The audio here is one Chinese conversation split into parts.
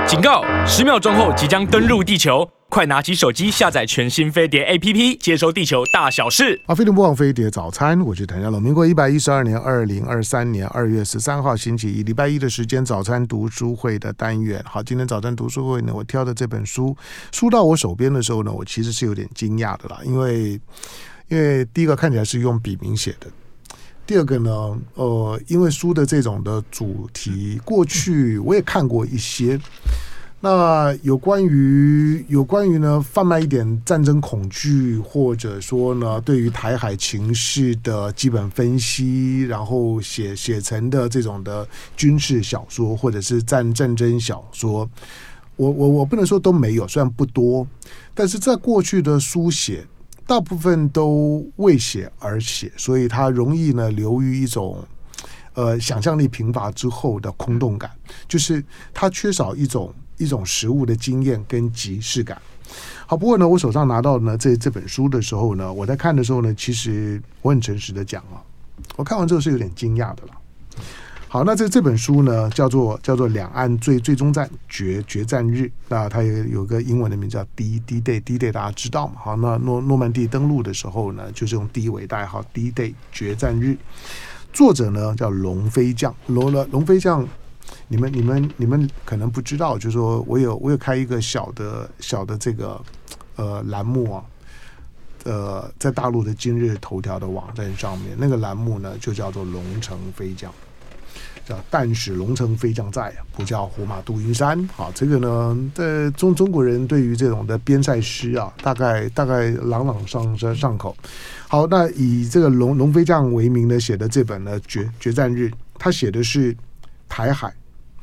警告！10秒钟后即将登陆地球，快拿起手机下载全新飞碟 APP， 接收地球大小事。 飞碟不忘飞碟早餐，我是谭家龙。民国112年2023年2月13号星期一，禮拜一的时间，早餐读书会的单元。好，今天早餐读书会呢，我挑的这本书到我手边的时候呢，我其实是有点惊讶的啦，因为第一个看起来是用笔名写的。第二个呢，因为书的这种的主题，过去我也看过一些。那有关于呢，贩卖一点战争恐惧，或者说呢，对于台海情势的基本分析，然后写成的这种的军事小说，或者是战争小说，我不能说都没有，虽然不多，但是在过去的书写。大部分都为写而写，所以它容易呢流于一种想象力贫乏之后的空洞感，就是它缺少一种实物的经验跟即视感。好，不过呢，我手上拿到呢这本书的时候呢，我在看的时候呢，其实我很诚实的讲啊，我看完之后是有点惊讶的啦。好，那这本书呢，叫做两岸最终战决战日，那它有个英文的名字叫 D-Day， 大家知道嘛？好，那诺曼底登陆的时候呢，就是用 D 为代号 D-Day 决战日。作者呢叫龙飞将，龙飞将，你们可能不知道，就是说我有开一个小的这个栏目啊。在大陆的今日头条的网站上面，那个栏目呢就叫做龙城飞将。叫但使龙城飞将在，不叫胡马度云山。好，这个呢，在中国人对于这种的边塞诗啊，大概朗朗上口。好，那以这个龙飞将为名的写的这本呢决战日，他写的是台海。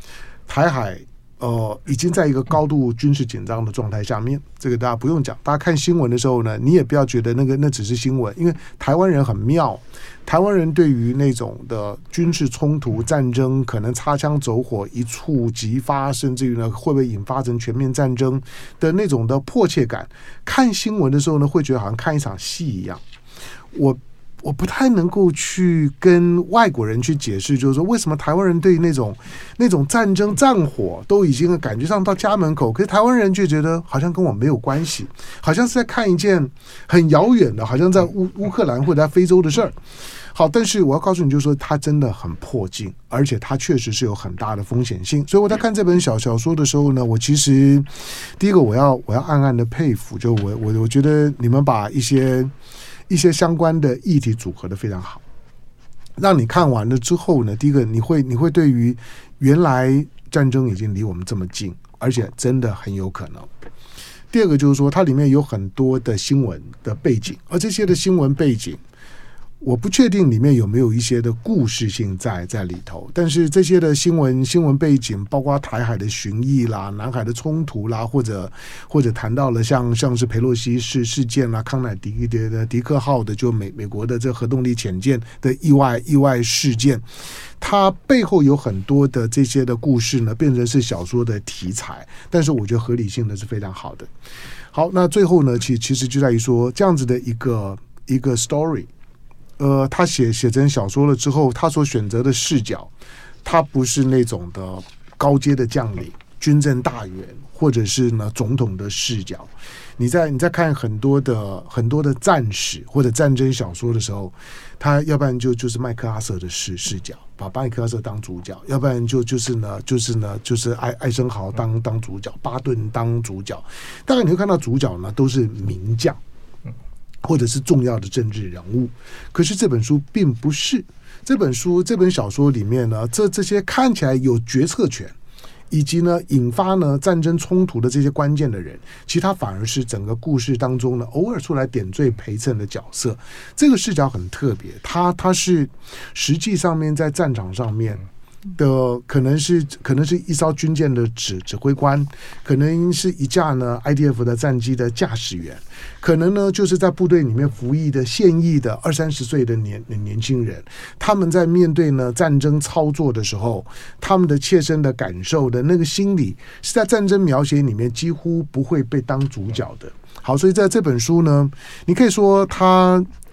已经在一个高度军事紧张的状态下面，这个大家不用讲。大家看新闻的时候呢，你也不要觉得那只是新闻，因为台湾人很妙，台湾人对于那种的军事冲突、战争，可能擦枪走火、一触即发，甚至于呢会不会引发成全面战争的那种的迫切感，看新闻的时候呢，会觉得好像看一场戏一样。我不太能够去跟外国人去解释，就是说为什么台湾人对于那种战争战火都已经感觉上到家门口，可是台湾人却觉得好像跟我没有关系，好像是在看一件很遥远的，好像在乌克兰或者在非洲的事儿。好，但是我要告诉你，就是说它真的很迫近，而且它确实是有很大的风险性。所以我在看这本小说的时候呢，我其实第一个我要暗暗的佩服，就我觉得你们把一些相关的议题组合的非常好，让你看完了之后呢，第一个你会对于原来战争已经离我们这么近，而且真的很有可能。第二个就是说，它里面有很多的新闻的背景，而这些的新闻背景，我不确定里面有没有一些的故事性在里头，但是这些的新闻背景，包括台海的巡弋啦、南海的冲突啦，或者谈到了像是裴洛西事件啦、康乃狄的迪克号的就美国的这核动力潜舰的意外事件，它背后有很多的这些的故事呢，变成是小说的题材，但是我觉得合理性呢是非常好的。好，那最后呢，其实就在于说这样子的一个 story。他写成小说了之后，他所选择的视角，他不是那种的高阶的将领、军政大员，或者是呢总统的视角。你在看很多的战史或者战争小说的时候，他要不然就是麦克阿瑟的视角，把麦克阿瑟当主角；要不然就是艾森豪当主角，巴顿当主角。大概你会看到主角呢都是名将。或者是重要的政治人物，可是这本书并不是。这本小说里面呢，这些看起来有决策权，以及呢引发呢战争冲突的这些关键的人，其实他反而是整个故事当中呢偶尔出来点缀陪衬的角色。这个视角很特别，他是实际上面在战场上面的可能是一艘军舰的指挥官，可能是一架呢 IDF 的战机的驾驶员，可能呢就是在部队里面服役的现役的20-30岁的年轻人，他们在面对呢战争操作的时候，他们的切身的感受的那个心理，是在战争描写里面几乎不会被当主角的。好，所以在这本书呢，你可以说它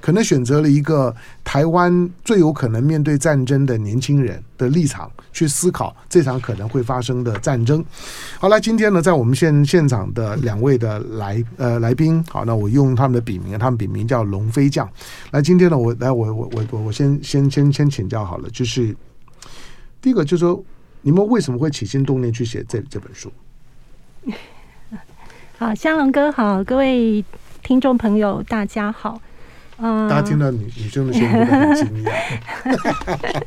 可能选择了一个台湾最有可能面对战争的年轻人的立场去思考这场可能会发生的战争。好了，今天呢，在我们现场的2位的来宾，好，那我用他们的笔名，他们笔名叫龙飞将。来，今天呢，我先请教好了，就是第一个就是说，你们为什么会起心动念去写这本书？ 好，香龙哥好，各位听众朋友大家好。 大家听到女生的声音都很惊讶。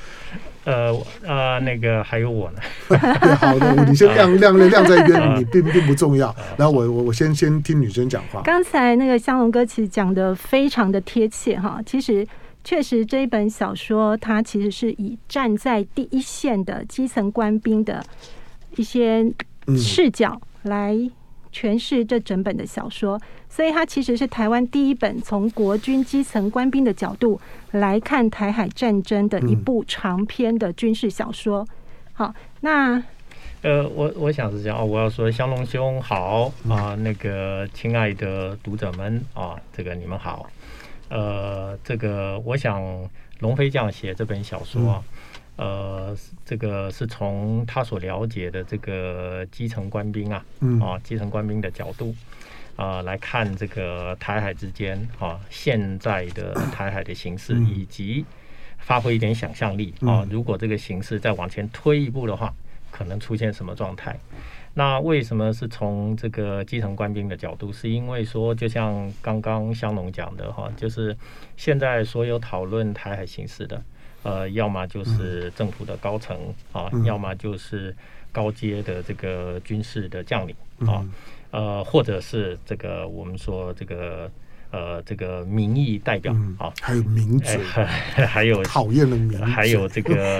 那个还有我呢。 好的，你先晾在一边，你并不重要。然后我先听女生讲话。 刚才那个香龙哥其实讲的非常的贴切哈，其实确实这一本小说它其实是以站在第一线的基层官兵的一些视角来诠释这整本的小说，所以它其实是台湾第一本从国军基层官兵的角度来看台海战争的一部长篇的军事小说。好，那我想是这样，我要说香龙兄好啊，那个亲爱的读者们啊，这个你们好。这个我想龙飞将写这本小说这个是从他所了解的这个基层官兵基层官兵的角度来看这个台海之间现在的台海的形势，以及发挥一点想象力如果这个形势再往前推一步的话，可能出现什么状态。那为什么是从这个基层官兵的角度？是因为说，就像刚刚香龙讲的就是现在所有讨论台海形势的要么就是政府的高层要么就是高阶的这个军事的将领或者是这个我们说这个民意代表还有名嘴， 还有讨厌的名嘴， 还有这个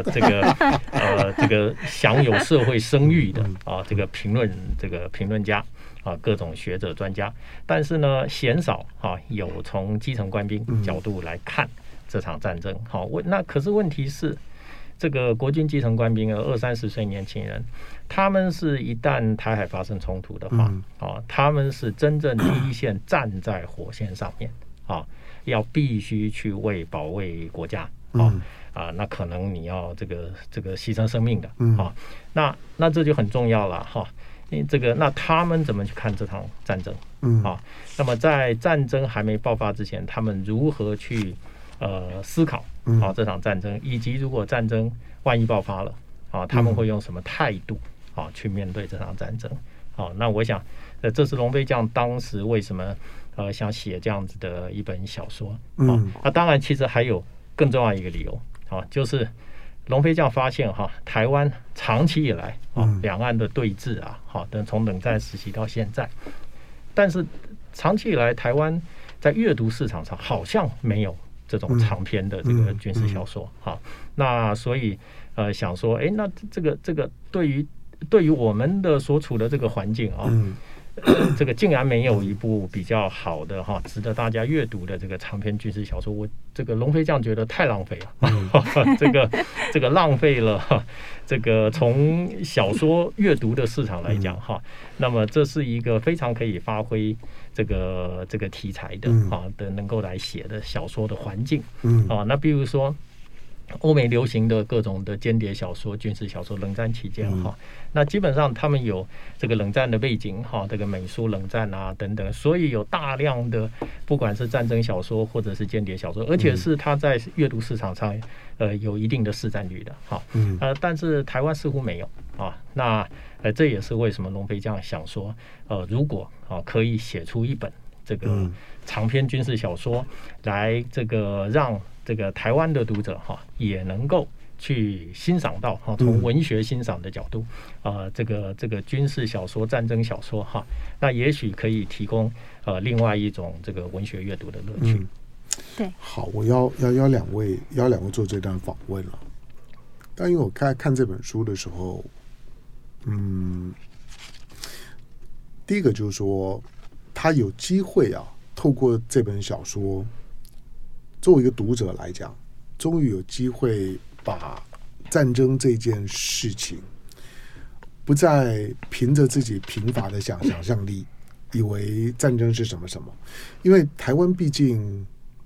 享有社会声誉的这个评论家各种学者专家，但是呢，鲜少有从基层官兵角度来看这场战争。那可是问题是，这个国军基层官兵20-30岁年轻人，他们是一旦台海发生冲突的话他们是真正第一线站在火线上面要必须去保卫国家那可能你要这个牺牲生命的那这就很重要了那他们怎么去看这场战争那么在战争还没爆发之前，他们如何去思考这场战争，以及如果战争万一爆发了他们会用什么态度去面对这场战争那我想这是龙飞将当时为什么想写这样子的一本小说那当然其实还有更重要一个理由就是龙飞将发现台湾长期以来两岸的对峙从冷战时期到现在，但是长期以来台湾在阅读市场上好像没有这种长篇的这个军事小说那所以想说那这个对于我们的所处的这个环境这个竟然没有一部比较好的值得大家阅读的这个长篇军事小说，我这个龙飞将觉得太浪费了这个浪费了这个从小说阅读的市场来讲那么这是一个非常可以发挥这个题材的的能够来写的小说的环境那比如说欧美流行的各种的间谍小说、军事小说，冷战期间那基本上他们有这个冷战的背景这个美苏冷战等等，所以有大量的不管是战争小说或者是间谍小说，而且是它在阅读市场上有一定的市占率的但是台湾似乎没有那这也是为什么龙飞将想说如果可以写出一本这个长篇军事小说来这个让这个台湾的读者也能够去欣赏到从文学欣赏的角度这个军事小说、战争小说那也许可以提供另外一种这个文学阅读的乐趣。 对， 好，我要两位做这段访问了。但因为我看这本书的时候，第一个就是说，他有机会透过这本小说，作为一个读者来讲，终于有机会把战争这件事情，不再凭着自己贫乏的想象力，以为战争是什么什么，因为台湾毕竟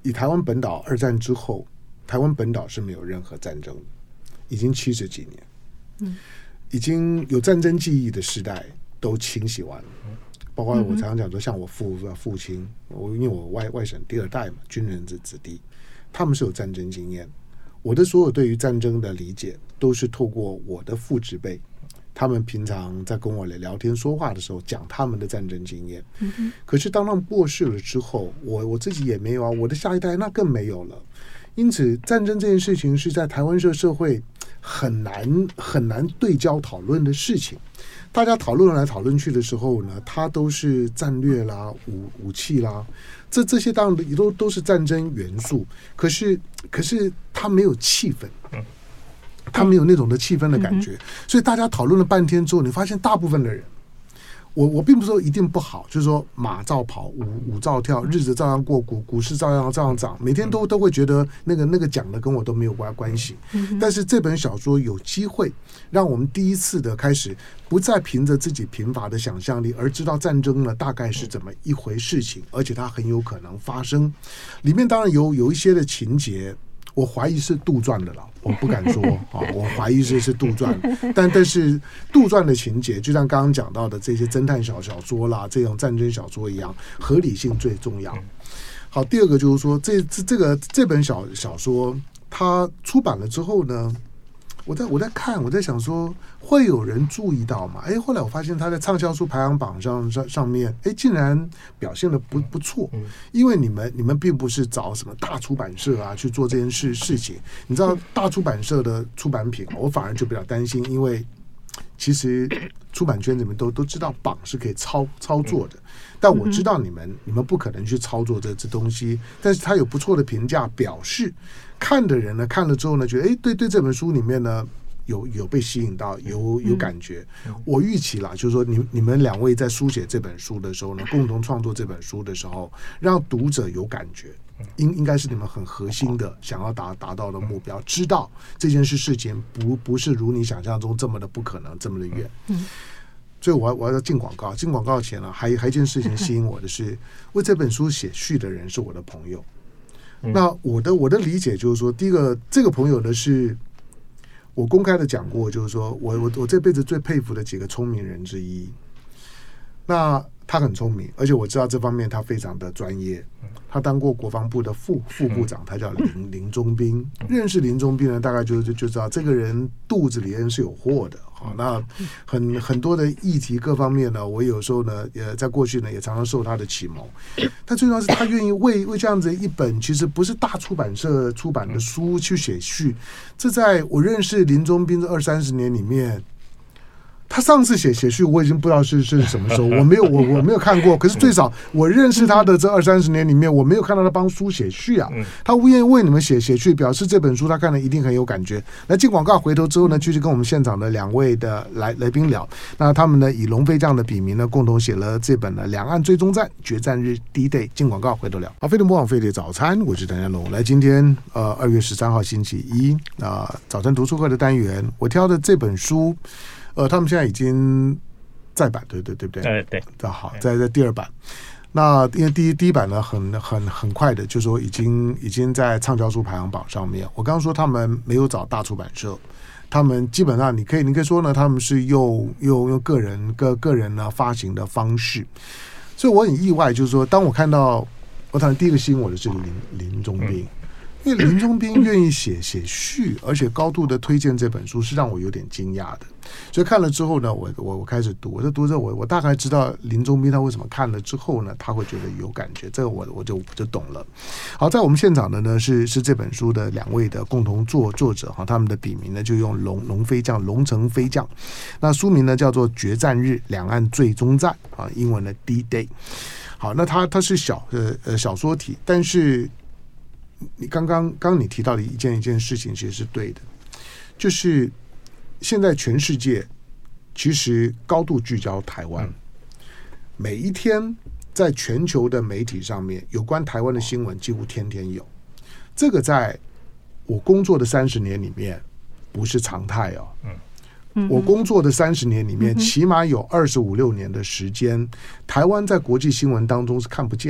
以台湾本岛二战之后，台湾本岛是没有任何战争，已经70几年，已经有战争记忆的时代都清洗完了。包括我常常讲说，像我父亲，因为我外省第2代嘛，军人子弟，他们是有战争经验。我的所有对于战争的理解，都是透过我的父执辈，他们平常在跟我聊天说话的时候讲他们的战争经验。可是当他们过世了之后，我自己也没有啊，我的下一代那更没有了。因此，战争这件事情是在台湾社会很难对焦讨论的事情。大家讨论来讨论去的时候呢，它都是战略啦、武器啦，这些当然都是战争元素。可是它没有气氛，它没有那种的气氛的感觉。所以大家讨论了半天之后，你发现大部分的人，我并不是说一定不好，就是说马照跑，舞照跳，日子照样过，股市照样涨，每天都会觉得那个讲的跟我都没有关系。但是这本小说有机会让我们第一次的开始，不再凭着自己贫乏的想象力，而知道战争呢大概是怎么一回事情，而且它很有可能发生。里面当然有一些的情节，我怀疑是杜撰的了，我不敢说啊，我怀疑是杜撰，但是杜撰的情节，就像刚刚讲到的这些侦探小说啦，这种战争小说一样，合理性最重要。好，第二个就是说，这本小说它出版了之后呢，我在看，我在想说，会有人注意到吗？后来我发现他在畅销书排行榜上面，竟然表现的不错。因为你们并不是找什么大出版社啊去做这件事情。你知道大出版社的出版品，我反而就比较担心，因为其实出版圈里面都知道榜是可以操作的，但我知道你们不可能去操作这东西，但是他有不错的评价，表示看的人呢看了之后呢，觉得对这本书里面呢有被吸引到，有感觉。我预期啦，就是说你们2位在书写这本书的时候呢，共同创作这本书的时候，让读者有感觉，应该是你们很核心的想要达到的目标，知道这件事情不是如你想象中这么的不可能，这么的远。所以我要进广告，进广告前呢，还一件事情吸引我的是，为这本书写序的人是我的朋友。那我的理解就是说，第一个，这个朋友呢是我公开的讲过，就是说我这辈子最佩服的几个聪明人之一。那他很聪明，而且我知道这方面他非常的专业。他当过国防部的副部长，他叫林宗斌。认识林宗斌呢，大概就知道这个人肚子里面是有货的。好，那很多的议题各方面呢，我有时候呢，在过去呢也常常受他的启蒙。但最重要是他愿意为这样子一本其实不是大出版社出版的书去写序。这在我认识林宗斌这20-30年里面，他上次写序我已经不知道是什么时候，我没有看过。可是最少我认识他的这20-30年里面，我没有看到他帮书写序啊。他愿意为你们写序，表示这本书他看了一定很有感觉。来进广告，回头之后呢，继续跟我们现场的2位的来宾聊。那他们呢以龙飞这样的笔名呢，共同写了这本呢《两岸最终战：决战日 D-Day》。进广告，回头聊。好，飞碟播网飞碟早餐，我是谭家龙。来，今天2月13号星期一早晨读书会的单元，我挑的这本书。他们现在已经再版，对不对？ 对， 好，在第2版。那因为第一版呢，很快的，就是说已经在畅销书排行榜上面。我刚刚说他们没有找大出版社，他们基本上你可以说呢，他们是用个人呢发行的方式。所以我很意外，就是说，当我看到我当然第一个吸引我的是林宗斌。因为林宗斌愿意写序，而且高度的推荐这本书，是让我有点惊讶的。所以看了之后呢，我开始读，读着我大概知道林宗斌他为什么看了之后呢，他会觉得有感觉，这个我就懂了。好，在我们现场的呢是这本书的2位的共同作者哈，他们的笔名呢就用龙飞将，龙城飞将。那书名呢叫做《决战日：两岸最终战》啊，英文的 D-Day。好，那它是小说体，但是。你刚你提到的一件事情其实是对的，就是现在全世界其实高度聚焦台湾，每一天在全球的媒体上面有关台湾的新闻几乎天天有，这个在我工作的30年里面不是常态哦。我工作的30年里面，起码有25-26年的时间，台湾在国际新闻当中是看不见的。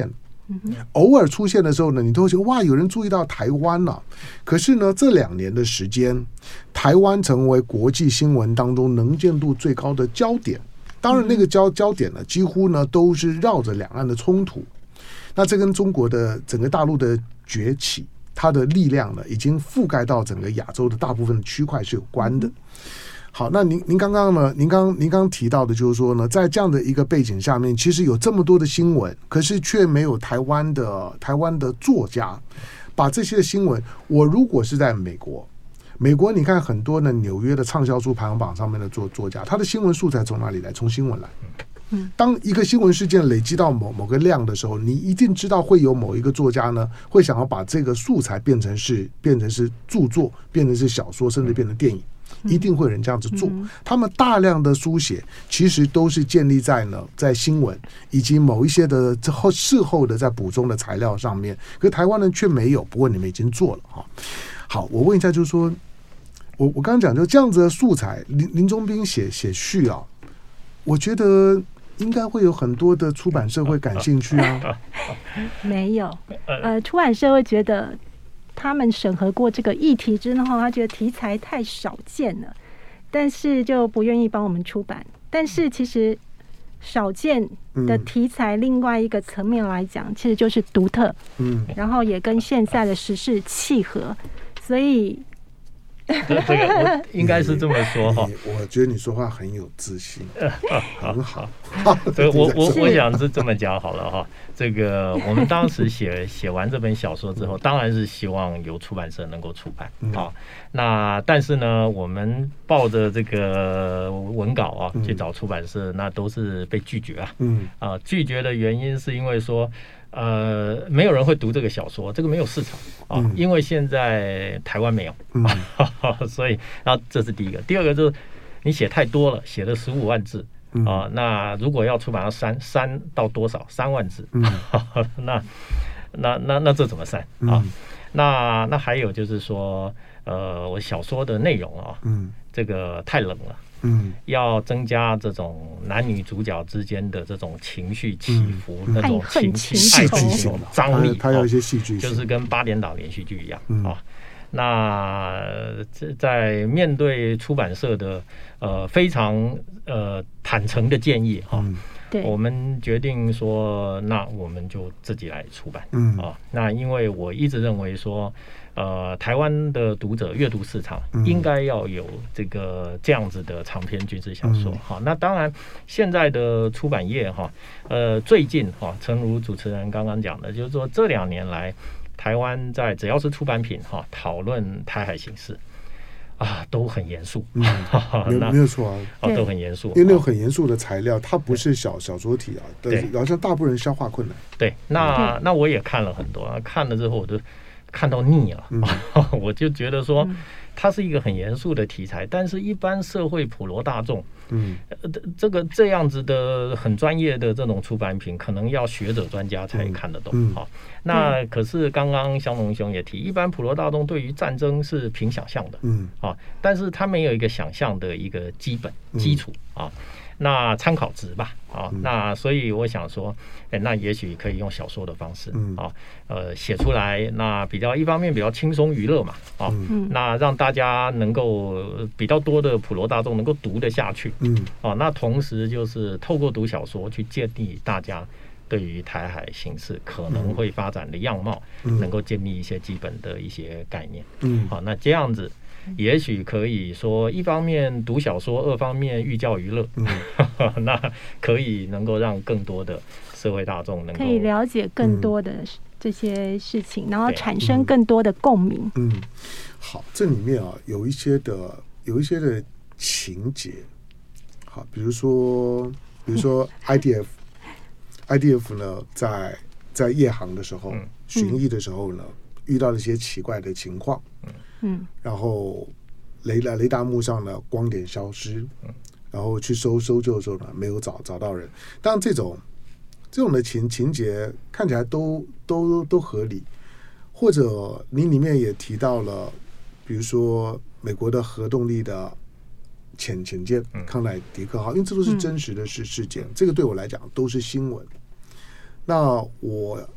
偶尔出现的时候呢，你都会觉得哇，有人注意到台湾了。可是呢，这2年的时间，台湾成为国际新闻当中能见度最高的焦点。当然，那个焦点呢，几乎呢都是绕着两岸的冲突。那这跟中国的整个大陆的崛起，它的力量呢，已经覆盖到整个亚洲的大部分区块是有关的。好，那您刚刚呢？您刚提到的就是说呢，在这样的一个背景下面，其实有这么多的新闻，可是却没有台湾的作家把这些的新闻。我如果是在美国，你看很多呢纽约的畅销书排行榜上面的作家，他的新闻素材从哪里来？从新闻来。当一个新闻事件累积到某个量的时候，你一定知道会有某一个作家呢，会想要把这个素材变成是著作，变成是小说，甚至变成电影。一定会有人这样子做，他们大量的书写其实都是建立在新闻以及某一些的事后的在补充的材料上面，可台湾人却没有。不过你们已经做了哈。好，我问一下，就是说我刚刚讲就这样子的素材，林宗斌写序啊，我觉得应该会有很多的出版社会感兴趣啊。 没有，出版社会觉得。他们审核过这个议题之后，他觉得题材太少见了，但是就不愿意帮我们出版。但是其实少见的题材，另外一个层面来讲，其实就是独特，然后也跟现在的时事契合，所以这个我应该是这么说哈。 我觉得你说话很有自信，很好。 我想是这么讲好了哈。这个我们当时写完这本小说之后，当然是希望由出版社能够出版啊。那但是呢，我们抱着这个文稿啊去找出版社，那都是被拒绝啊。拒绝的原因是因为说。没有人会读这个小说，这个没有市场啊，因为现在台湾没有，所以，然后这是第一个，第二个就是你写太多了，写了15万字啊，那如果要出版到删到多少3万字，那这怎么删啊？那还有就是说，我小说的内容啊，这个太冷了。要增加这种男女主角之间的这种情绪起伏，那种情绪戏剧性张力， 它有一些戏剧性， 就是跟8点档连续剧一样啊。那在面对出版社的非常坦诚的建议哈，我们决定说，那我们就自己来出版啊。那因为我一直认为说。台湾的读者阅读市场应该要有这样子的长篇军事小说哈。那当然，现在的出版业哈，最近哈，诚如主持人刚刚讲的，就是说这2年来，台湾在只要是出版品哈，讨论台海形势啊，都很严肃。 没有错啊， 都很严肃， 因为那种很严肃的材料，它不是小说体啊，对，好像大部分人消化困难。 对，那我也看了很多，看了之后我都。看到腻了，我就觉得说，它是一个很严肃的题材，但是一般社会普罗大众，这样子的很专业的这种出版品，可能要学者专家才看得懂。那可是刚刚香农兄也提，一般普罗大众对于战争是凭想象的，但是他没有一个想象的一个基础啊。那参考值吧，那所以我想说，那也许可以用小说的方式写出来，那一方面比较轻松娱乐嘛，那让大家能够比较多的普罗大众能够读得下去，那同时就是透过读小说去建立大家对于台海形势可能会发展的样貌，能够建立一些基本的一些概念，那这样子。也许可以说，一方面读小说，二方面寓教于乐，那可以能够让更多的社会大众能够可以了解更多的这些事情，然后产生更多的共鸣。 好，这里面啊有一些的情节，好，比如说 IDF 呢，在夜航的时候，巡弋的时候呢，遇到了一些奇怪的情况。然后雷达幕上呢光点消失，然后去搜救的时候呢没有找到人。当然这种的情节看起来都合理，或者你里面也提到了，比如说美国的核动力的潜舰康乃狄克号，因为这都是真实的事件，这个对我来讲都是新闻。那我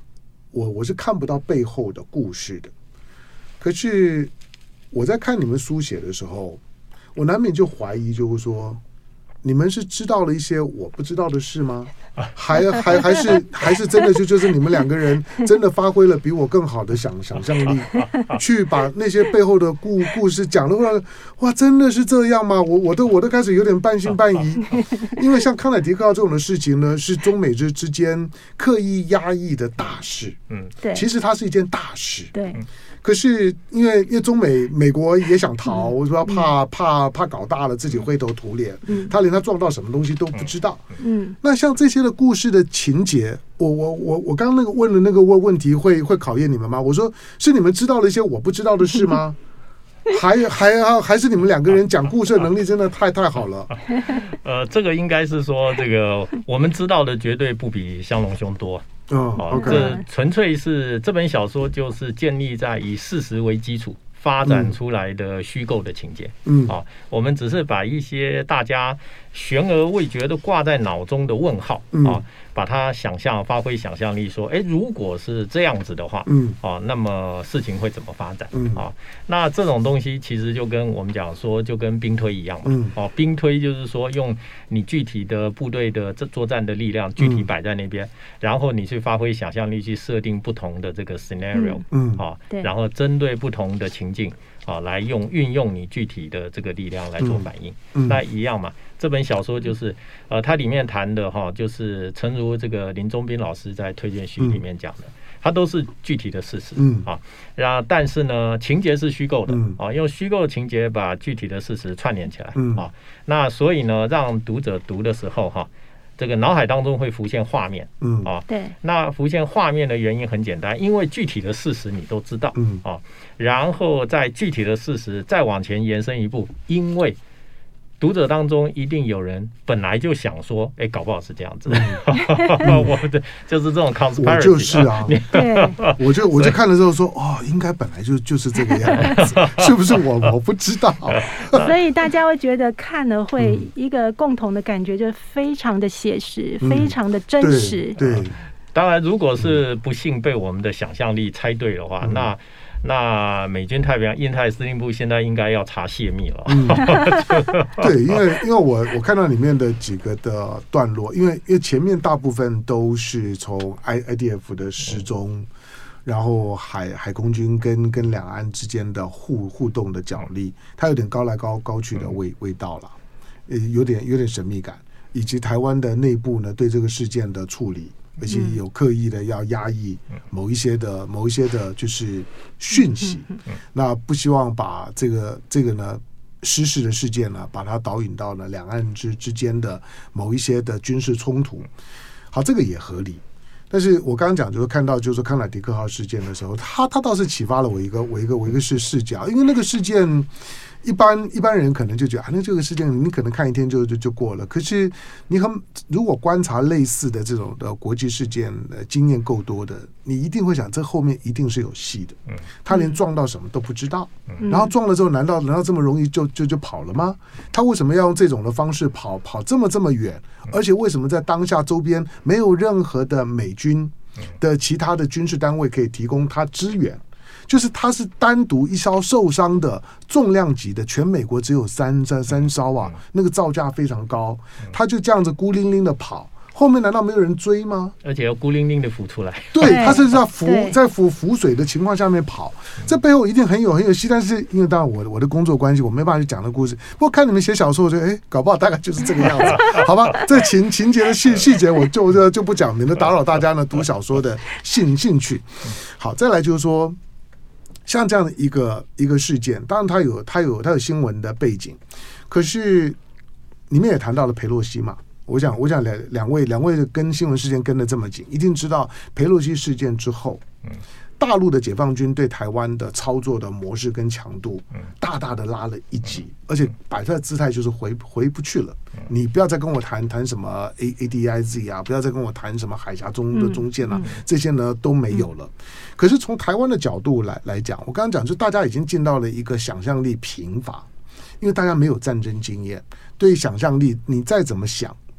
我是看不到背后的故事的。可是我在看你们书写的时候，我难免就怀疑，就是说，你们是知道了一些我不知道的事吗？还是真的就是你们两个人真的发挥了比我更好的想象力，去把那些背后的故事讲了过来。哇，真的是这样吗？我都开始有点半信半疑，因为像康乃狄克号这种的事情呢，是中美之间刻意压抑的大事。 对， 其实它是一件大事。 对。 可是因为中美国也想逃，我说怕搞大了自己灰头土脸，他连他撞到什么东西都不知道。那像这些的故事的情节，我刚刚那个问的那个问题会考验你们吗？我说是你们知道了一些我不知道的事吗？还是你们两个人讲故事的能力真的太好了？ 这个应该是说，这个我们知道的绝对不比香龙兄多。这纯粹是这本小说就是建立在以事实为基础发展出来的虚构的情节。我们只是把一些大家悬而未决的挂在脑中的问号把它发挥想象力，说，如果是这样子的话，那么事情会怎么发展？那这种东西其实就跟我们讲说，就跟兵推一样嘛。兵推就是说，用你具体的部队的作战的力量具体摆在那边，然后你去发挥想象力，去设定不同的这个 scenario，然后针对不同的情境来运用你具体的这个力量来做反应。那一样嘛。这本小说就是它里面谈的就是诚如这个林宗斌老师在推荐序里面讲的，它都是具体的事实但是呢，情节是虚构的用虚构的情节把具体的事实串联起来那所以呢，让读者读的时候这个脑海当中会浮现画面对。 那浮现画面的原因很简单，因为具体的事实你都知道然后在具体的事实再往前延伸一步，因为读者当中一定有人本来就想说，搞不好是这样子。我就是这种 conspiracy。 我就是啊，我就看了之后说，应该本来就是这个样子，是不是我不知道。 所以大家会觉得看了会一个共同的感觉，就是非常的写实，非常的真实。 对， 当然，如果是不幸被我们的想象力猜对的话，那美军太平洋印太司令部现在应该要查泄密了。 对，因为我看到里面的几个的段落，因为前面大部分都是从 IDF 的失踪，然后海空军跟两岸之间的互动的角力，它有点高来高去的味道了，有点神秘感，以及台湾的内部呢对这个事件的处理。而且有刻意的要压抑某一些的就是讯息，那不希望把这个呢失事的事件呢，把它导引到了两岸之间的某一些的军事冲突。好，这个也合理。但是我刚刚讲就是看到就是康乃狄克号事件的时候，他倒是启发了我一个视角，因为那个事件。一般人可能就觉得那这个事件你可能看一天就过了。可是你如果观察类似的这种的国际事件经验够多的，你一定会想这后面一定是有戏的。他连撞到什么都不知道，然后撞了之后难道这么容易就跑了吗？他为什么要用这种的方式跑这么远？而且为什么在当下周边没有任何的美军的其他的军事单位可以提供他支援？就是他是单独一艘受伤的重量级的，全美国只有三艘啊，那个造价非常高，他就这样子孤零零的跑，后面难道没有人追吗？ 而且要孤零零的浮出来。 对，他是在浮水的情况下面跑，这背后一定很有戏。但是因为当然我的工作关系，我没办法去讲的故事。不过看你们写小说，我觉得搞不好大概就是这个样子，好吧？这情节的细节我就不讲，免得打扰大家呢读小说的兴趣。好，再来就是说。像这样的一个事件，当然它有新闻的背景，可是里面也谈到了裴洛西嘛。我想两位跟新闻事件跟得这么紧，一定知道裴洛西事件之后，大陆的解放军对台湾的操作的模式跟强度，大大的拉了一级，而且摆出来的姿态就是回不去了。你不要再跟我谈什么 ADIZ 啊，不要再跟我谈什么海峡中的中线啊，这些呢都没有了。可是从台湾的角度来讲，我刚刚讲，就大家已经进到了一个想象力贫乏，因为大家没有战争经验，对想象力你再怎么想，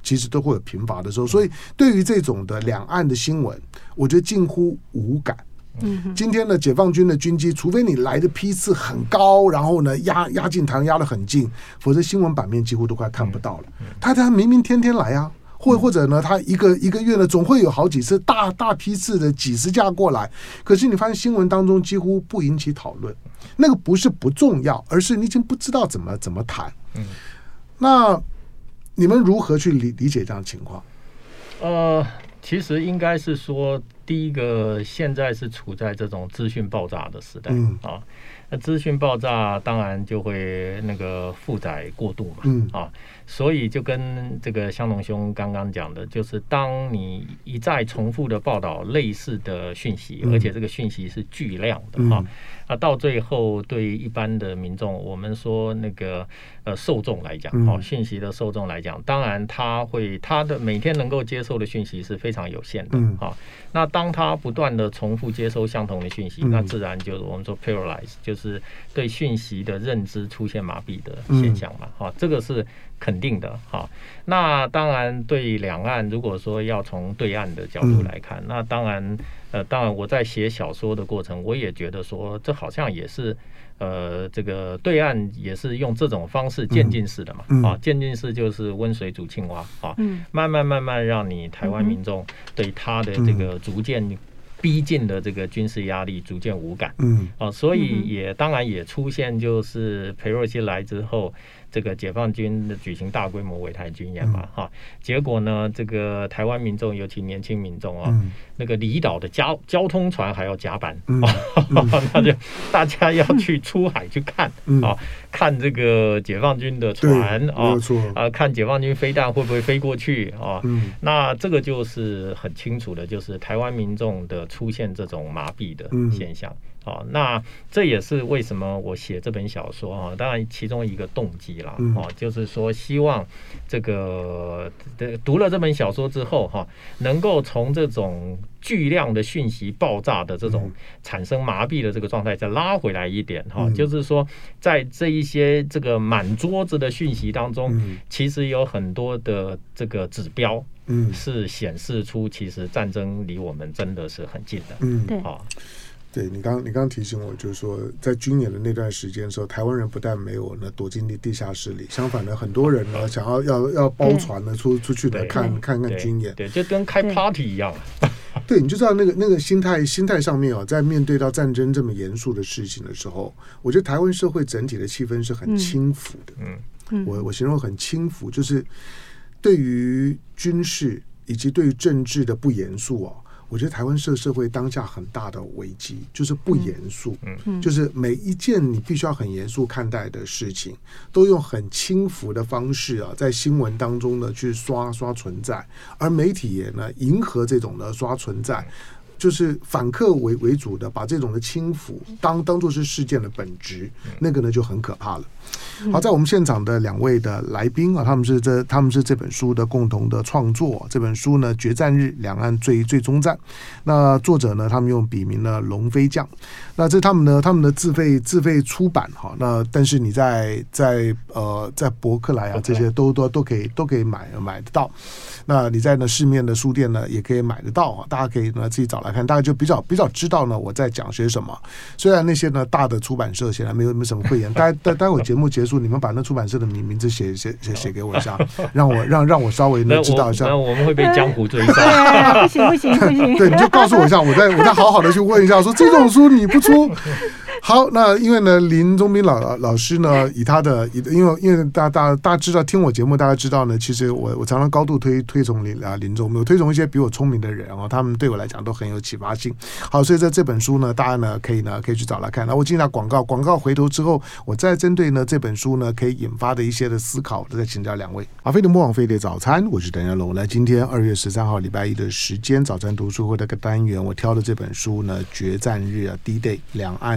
其实都会有贫乏的时候，所以对于这种的两岸的新闻，我觉得近乎无感。今天呢，解放军的军机，除非你来的批次很高，然后呢压进台湾压得很近，否则新闻版面几乎都快看不到了。他明明天天来啊，或者呢，他一个月呢总会有好几次大批次的几十架过来，可是你发现新闻当中几乎不引起讨论，那个不是不重要，而是你已经不知道怎么谈。那你们如何去理解这样的情况？ 其实应该是说，第一个，现在是处在这种资讯爆炸的时代啊。那资讯爆炸当然就会那个负载过度嘛，所以就跟这个香农兄刚刚讲的，就是当你一再重复的报道类似的讯息，而且这个讯息是巨量的到最后对于一般的民众，我们说那个受众来讲，讯息的受众来讲，当然他的每天能够接受的讯息是非常有限的那当他不断的重复接收相同的讯息，那自然就是我们说 paralyze， 就是对讯息的认知出现麻痹的现象嘛，这个是肯定的那当然对两岸，如果说要从对岸的角度来看，那当然我在写小说的过程，我也觉得说这好像也是这个对岸也是用这种方式渐进式的嘛渐进式就是温水煮青蛙慢慢让你台湾民众对他的这个逐渐逼近的这个军事压力逐渐无感所以当然也出现就是裴若曦来之后，这个解放军的举行大规模围台军演嘛结果呢，这个台湾民众尤其年轻民众那个离岛的交通船还要甲板那就大家要去出海去看看这个解放军的船看解放军飞弹会不会飞过去那这个就是很清楚的，就是台湾民众的出现这种麻痹的现象那这也是为什么我写这本小说当然其中一个动机啦就是说希望这个读了这本小说之后能够从这种巨量的讯息爆炸的这种产生麻痹的这个状态再拉回来一点就是说在这一些这个满桌子的讯息当中其实有很多的这个指标是显示出其实战争离我们真的是很近的对你刚提醒我，就是说在军演的那段时间的时候，台湾人不但没有呢躲进地下室里，相反的很多人呢想要包船呢出去的看军演， 对，就跟开 party 一样。 对，你就知道那个心态上面在面对到战争这么严肃的事情的时候，我觉得台湾社会整体的气氛是很轻浮的。我形容很轻浮，就是对于军事以及对于政治的不严肃我觉得台湾社会当下很大的危机就是不严肃，就是每一件你必须要很严肃看待的事情，都用很轻浮的方式在新闻当中呢去刷存在，而媒体也呢迎合这种的刷存在，就是反客为主的把这种的轻浮当作是事件的本质，那个呢就很可怕了。好，在我们现场的两位的来宾他们是这本书的共同的创作。这本书呢，《决战日：两岸最终战》。那作者呢，他们用笔名呢龙飞将。那这他们的自费出版那但是你在博客来这些都可以买得到。那你在市面的书店呢也可以买得到大家可以呢自己找来看，大家就比较知道呢我在讲些什么。虽然那些呢大的出版社显然没有什么讳言，待会节目结束，你们把那出版社的名字写给我一下，让我稍微呢知道一下。 那我们会被江湖追杀。不行。 对，你就告诉我一下，我再好好的去问一下，说这种书你不出。好，那因为呢，林宗斌老师呢，以他的因为大家知道听我节目，大家知道呢，其实我常常高度推崇林宗斌，我推崇一些比我聪明的人他们对我来讲都很有启发性。好，所以在这本书呢，大家呢可以去找来看。那我进到广告回头之后，我再针对呢这本书呢可以引发的一些的思考，再请教两位。阿飞的莫往飞的早餐，我是邓家龙。那今天2月13号礼拜一的时间，早餐读书会的个单元，我挑的这本书呢，《决战日》D-Day 两岸最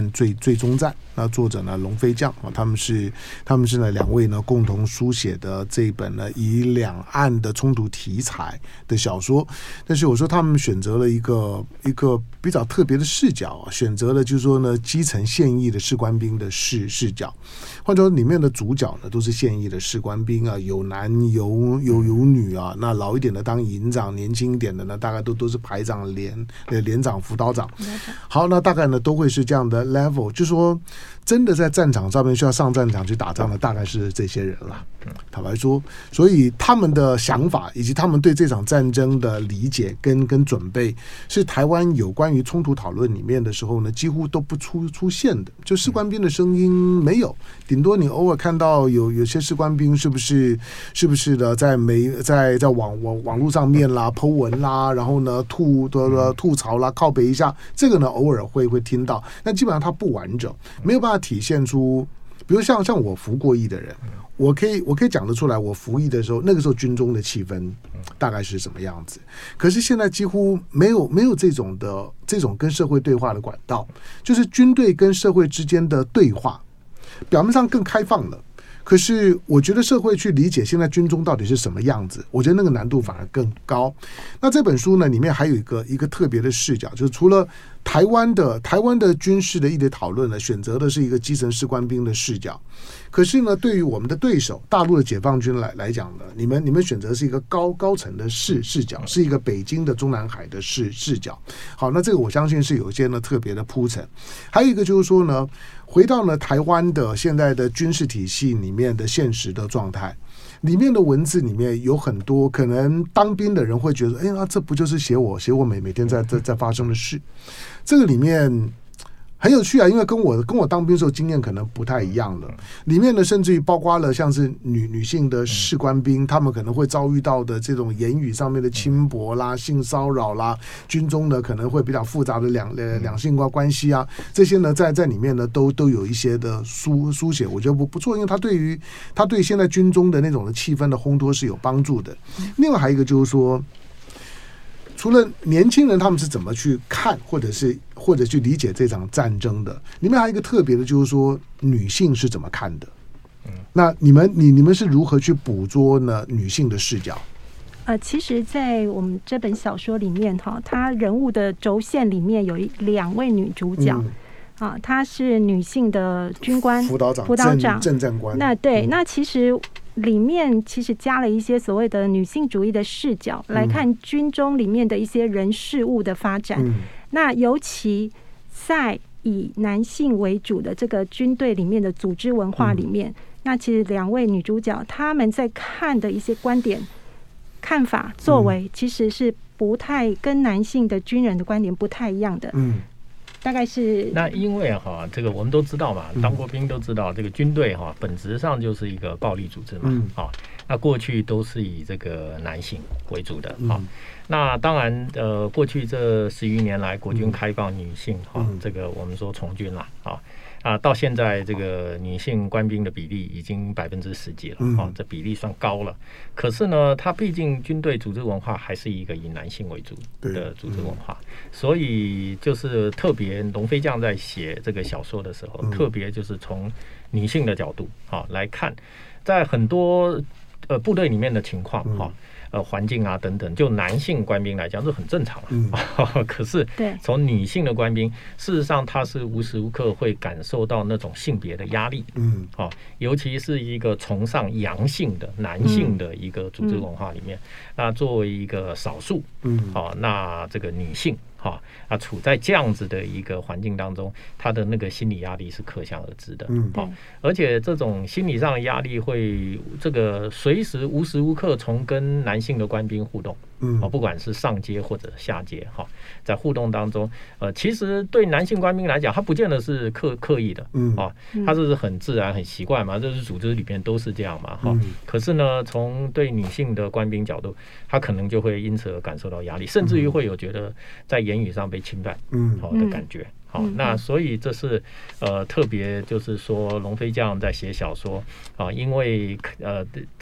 最终战》，那作者呢龙飞将啊，他们是呢2位呢共同书写的这一本呢以两岸的冲突题材的小说。但是我说他们选择了一个比较特别的视角，选择了就是说呢基层现役的士官兵的视角，换作里面的主角呢都是现役的士官兵啊，有男有女啊，那老一点的当营长，年轻一点的呢大概都是排长、连长、辅导长。好，那大概呢都会是这样的 level， 就是说真的在战场上面需要上战场去打仗的大概是这些人了。坦白说，所以他们的想法以及他们对这场战争的理解跟准备，是台湾有关于冲突讨论里面的时候呢，几乎都不出现的。就士官兵的声音没有，顶多你偶尔看到有些士官兵是不是的在网络上面啦 po 文啦，然后呢吐槽啦，靠北一下，这个呢偶尔会听到，但基本上它不完整，没有办法体现出。比如像我服过役的人，我可以讲得出来，我服役的时候，那个时候军中的气氛大概是什么样子。可是现在几乎没有这种跟社会对话的管道，就是军队跟社会之间的对话，表面上更开放了。可是我觉得社会去理解现在军中到底是什么样子，我觉得那个难度反而更高。那这本书呢，里面还有一个特别的视角，就是除了台湾的军事的议题讨论呢，选择的是一个基层士官兵的视角。可是呢，对于我们的对手大陆的解放军来讲呢，你们选择是一个高层的视角，是一个北京的中南海的视角。好，那这个我相信是有一些呢特别的铺陈。还有一个就是说呢，回到呢台湾的现在的军事体系里面的现实的状态。里面的文字里面有很多可能当兵的人会觉得，哎呀，这不就是写我每天在发生的事？这个里面很有趣啊，因为跟我当兵的时候经验可能不太一样了。里面呢，甚至于包括了像是女性的士官兵，他们可能会遭遇到的这种言语上面的轻薄啦、性骚扰啦，军中呢可能会比较复杂的两性关系啊，这些呢在里面呢都有一些的书写，我觉得不错，因为他对现在军中的那种的气氛的烘托是有帮助的。另外还有一个就是说，除了年轻人他们是怎么去看或者去理解这场战争的，里面还有一个特别的就是说女性是怎么看的。那你们是如何去捕捉呢女性的视角？ 其实在我们这本小说里面哈，它人物的轴线里面有2位女主角。她是女性的军官辅导长政战官。 那对，那其实里面加了一些所谓的女性主义的视角来看军中里面的一些人事物的发展。那尤其在以男性为主的这个军队里面的组织文化里面，那其实2位女主角她们在看的一些观点、看法、作为，其实是不太跟男性的军人的观点不太一样的。大概是那因为这个我们都知道嘛，当过兵都知道，这个军队本质上就是一个暴力组织嘛。那过去都是以这个男性为主的。那当然过去这10余年来，国军开放女性这个我们说从军了到现在这个女性官兵的比例已经10%几了这比例算高了。可是呢，它毕竟军队组织文化还是一个以男性为主的组织文化，所以就是特别龙飞将在写这个小说的时候，特别就是从女性的角度来看，在很多部队里面的情况环境啊等等，就男性官兵来讲是很正常可是从女性的官兵，事实上她是无时无刻会感受到那种性别的压力。尤其是一个崇尚阳性的男性的一个组织文化里面，那作为一个少数那这个女性处在这样子的一个环境当中，他的那个心理压力是可想而知的。而且这种心理上的压力会这个随时无时无刻从跟男性的官兵互动。不管是上阶或者下阶在互动当中，其实对男性官兵来讲，他不见得是刻意的他是很自然很习惯嘛，这是组织里面都是这样嘛可是呢，从对女性的官兵角度，他可能就会因此而感受到压力，甚至于会有觉得在言语上被侵犯的感觉。那所以这是特别就是说龙飞将在写小说因为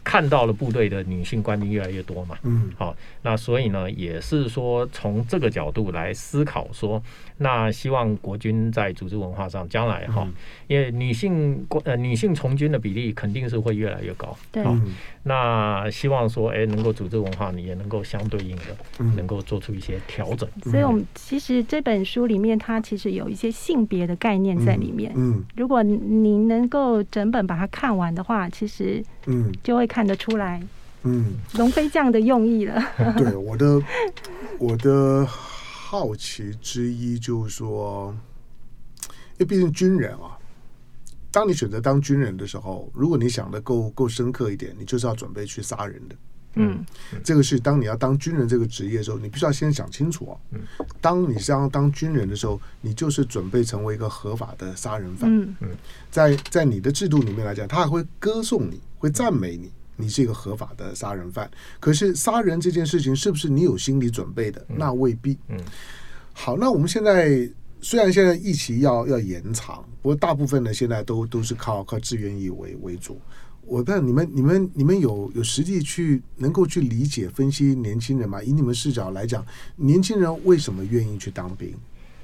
看到了部队的女性官兵越来越多嘛，好，那所以呢，也是说从这个角度来思考说，那希望国军在组织文化上将来哈，因为女性从军的比例肯定是会越来越高， 对， 那希望说，能够组织文化你也能够相对应的，能够做出一些调整。 所以我们其实这本书里面，它其实有一些性别的概念在里面。如果你能够整本把它看完的话，其实就会看得出来，龙飞将的用意了。 对，我的好奇之一就是说，因为毕竟军人啊，当你选择当军人的时候，如果你想的够深刻一点，你就是要准备去杀人的。这个是当你要当军人这个职业的时候，你必须要先想清楚当你是要当军人的时候，你就是准备成为一个合法的杀人犯。在你的制度里面来讲，他还会歌颂你，会赞美你，你是一个合法的杀人犯。可是杀人这件事情是不是你有心理准备的？那未必。好，那我们现在虽然现在役期要延长，不过大部分呢现在都是靠志愿役为主。我不知道你们有实际能够去理解分析年轻人吗？以你们视角来讲，年轻人为什么愿意去当兵？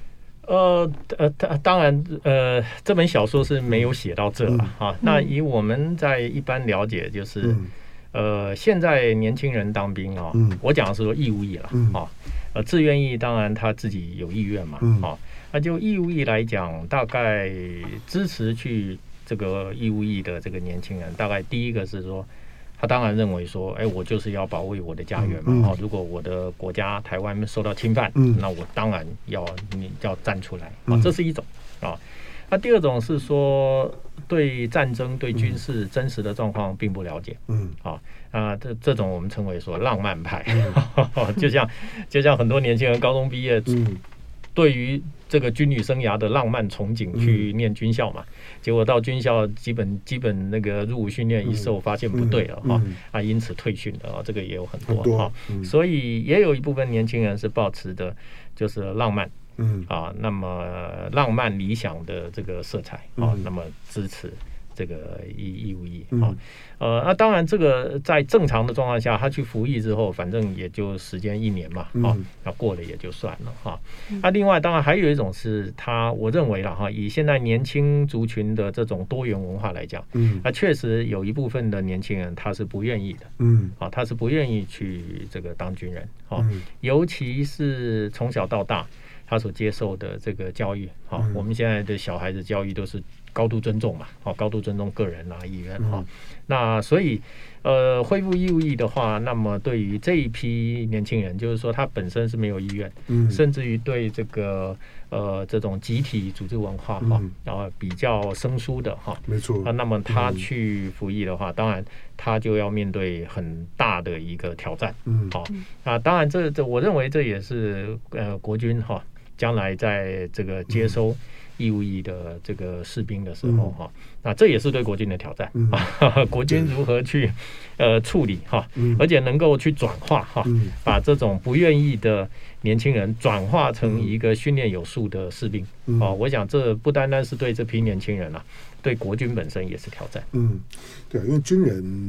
当然，这本小说是没有写到这了啊。那以我们在一般了解，就是现在年轻人当兵啊，我讲的是说义务役了啊。志愿役当然他自己有意愿嘛啊。那就义务役来讲，大概支持去这个义务役的这个年轻人，大概第一个是说，他当然认为说，我就是要保卫我的家园嘛。如果我的国家台湾受到侵犯，那我当然要站出来啊，这是一种啊。那第二种是说，对战争、对军事真实的状况并不了解，这种我们称为说浪漫派，就像很多年轻人高中毕业，对于这个军旅生涯的浪漫憧憬去念军校嘛，结果到军校基本那个入伍训练一受，发现不对了因此退训的这个也有很多所以也有一部分年轻人是抱持的就是浪漫那么浪漫理想的这个色彩那么支持这个义务役那当然这个在正常的状况下，他去服役之后，反正也就时间1年嘛那过了也就算了那另外当然还有一种是我认为啦以现在年轻族群的这种多元文化来讲那确实有一部分的年轻人他是不愿意的他是不愿意去这个当军人尤其是从小到大他所接受的这个教育我们现在的小孩子教育都是高度尊重嘛高度尊重个人意愿那所以恢复义务役的话，那么对于这一批年轻人，就是说他本身是没有意愿甚至于对这个这种集体组织文化然后比较生疏的没错那么他去服役的话，当然他就要面对很大的一个挑战当然这我认为这也是国军将来在这个接收义务役的这个士兵的时候那这也是对国军的挑战国军如何去处理而且能够去转化把这种不愿意的年轻人转化成一个训练有素的士兵我想这不单单是对这批年轻人对国军本身也是挑战对，因为军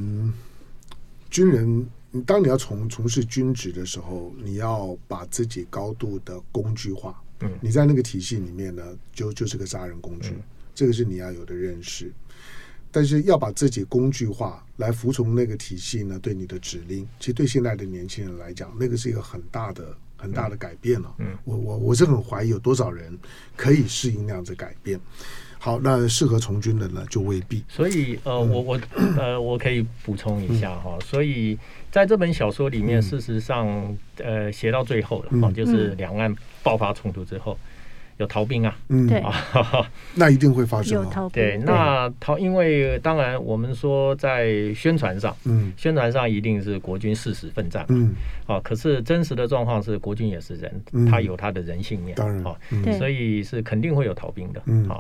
人当你要从事军职的时候，你要把自己高度的工具化你在那个体系里面呢就是个杀人工具这个是你要有的认识，但是要把自己工具化来服从那个体系呢对你的指令，其实对现在的年轻人来讲，那个是一个很大的改变了我是很怀疑有多少人可以适应那样子改变。好，那适合从军的呢就未必。 所以我可以补充一下所以在这本小说里面事实上写到最后了就是两岸爆发冲突之后有逃兵对那一定会发生有逃兵对那因为当然我们说在宣传上一定是国军誓死奋战可是真实的状况是国军也是人他有他的人性面当然所以是肯定会有逃兵的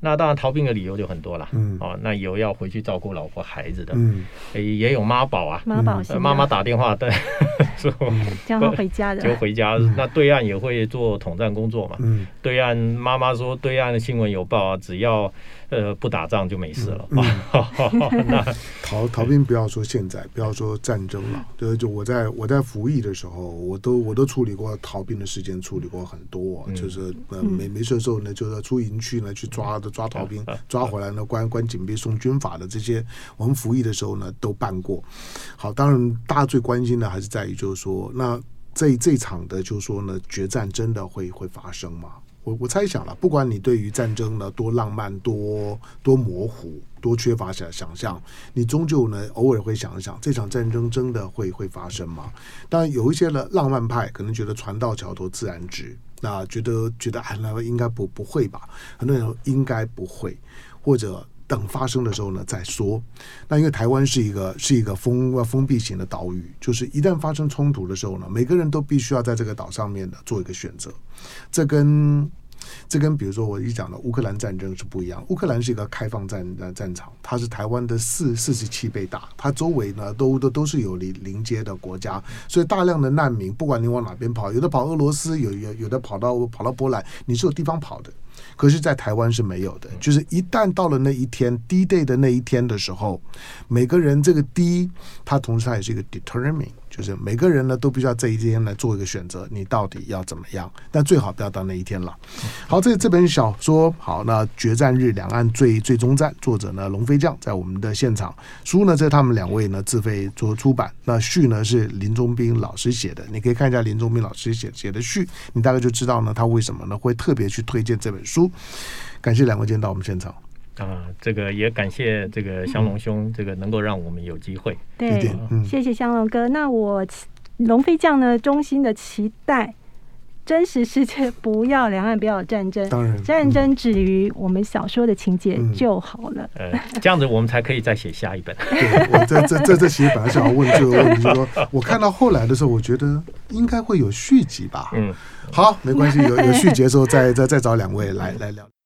那当然逃兵的理由就很多了，那有要回去照顾老婆孩子的，也有妈宝啊，妈妈打电话对，说叫他回家的， 就回家。那对岸也会做统战工作嘛，对岸妈妈说对岸的新闻有报啊，只要不打仗就没事了。那逃兵不要说现在，不要说战争了，就我在服役的时候，我都处理过逃兵的事件，处理过很多，就是没事的时候呢，就是出营区呢去抓逃兵，抓回来呢关警备送军法的这些，我们服役的时候呢都办过。好，当然大家最关心的还是在于就是说，那这场的就是说呢决战真的会发生吗？我猜想了，不管你对于战争呢多浪漫、多模糊、多缺乏想象，你终究呢偶尔会想一想，这场战争真的会发生吗？当然有一些呢浪漫派可能觉得船到桥头自然直，那觉得那应该不会吧？很多人说应该不会，或者等发生的时候呢再说。那因为台湾是一个封闭型的岛屿，就是一旦发生冲突的时候呢，每个人都必须要在这个岛上面呢做一个选择。这跟比如说我一讲的乌克兰战争是不一样。乌克兰是一个开放战场，它是台湾的47倍大，它周围呢都是有邻接的国家，所以大量的难民，不管你往哪边跑，有的跑俄罗斯，有的跑到波兰，你是有地方跑的。可是在台湾是没有的，就是一旦到了那一天 D-Day 的那一天的时候，每个人这个 D 它同时它也是一个 determining， 就是每个人呢都必须要这一天来做一个选择，你到底要怎么样，但最好不要到那一天了。好，这本小说好，那决战日两岸最终战，作者呢龙飞将在我们的现场，书呢在他们两位呢自费做出版，那序呢是林宗斌老师写的，你可以看一下林宗斌老师写的序，你大概就知道呢他为什么呢会特别去推荐这本书。感谢两位今天到我们现场这个也感谢这个香龙兄，这个能够让我们有机会。 对，谢谢香龙哥。那我龙飞将呢，衷心的期待真实世界不要两岸不要有战争， 当然战争止于我们小说的情节就好了。 这样子我们才可以再写下一本。 对，我这其实本来想要问这个问题，就是说我看到后来的时候，我觉得应该会有续集吧。好，没关系，有续集的时候再找两位来聊。